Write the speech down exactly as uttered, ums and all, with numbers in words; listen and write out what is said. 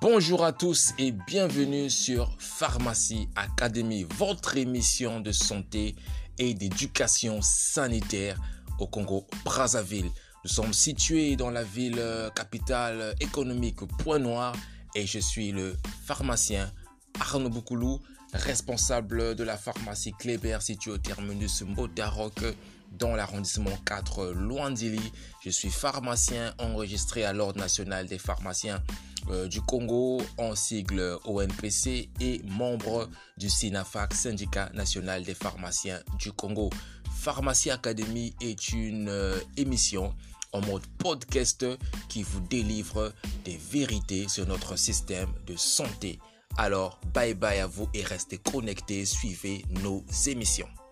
Bonjour à tous et bienvenue sur Pharmacie Academy, votre émission de santé et d'éducation sanitaire au Congo-Brazzaville. Nous sommes situés dans la ville capitale économique Pointe-Noire et je suis le pharmacien Arnaud Boukoulou, responsable de la pharmacie Kléber située au terminus Mbotarok dans l'arrondissement quatre Luandili. Je suis pharmacien enregistré à l'Ordre national des pharmaciens euh, du Congo en sigle O N P C et membre du SINAFAC, Syndicat national des pharmaciens du Congo. Pharmacie Academy est une euh, émission en mode podcast qui vous délivre des vérités sur notre système de santé. Alors, bye bye à vous et restez connectés, suivez nos émissions.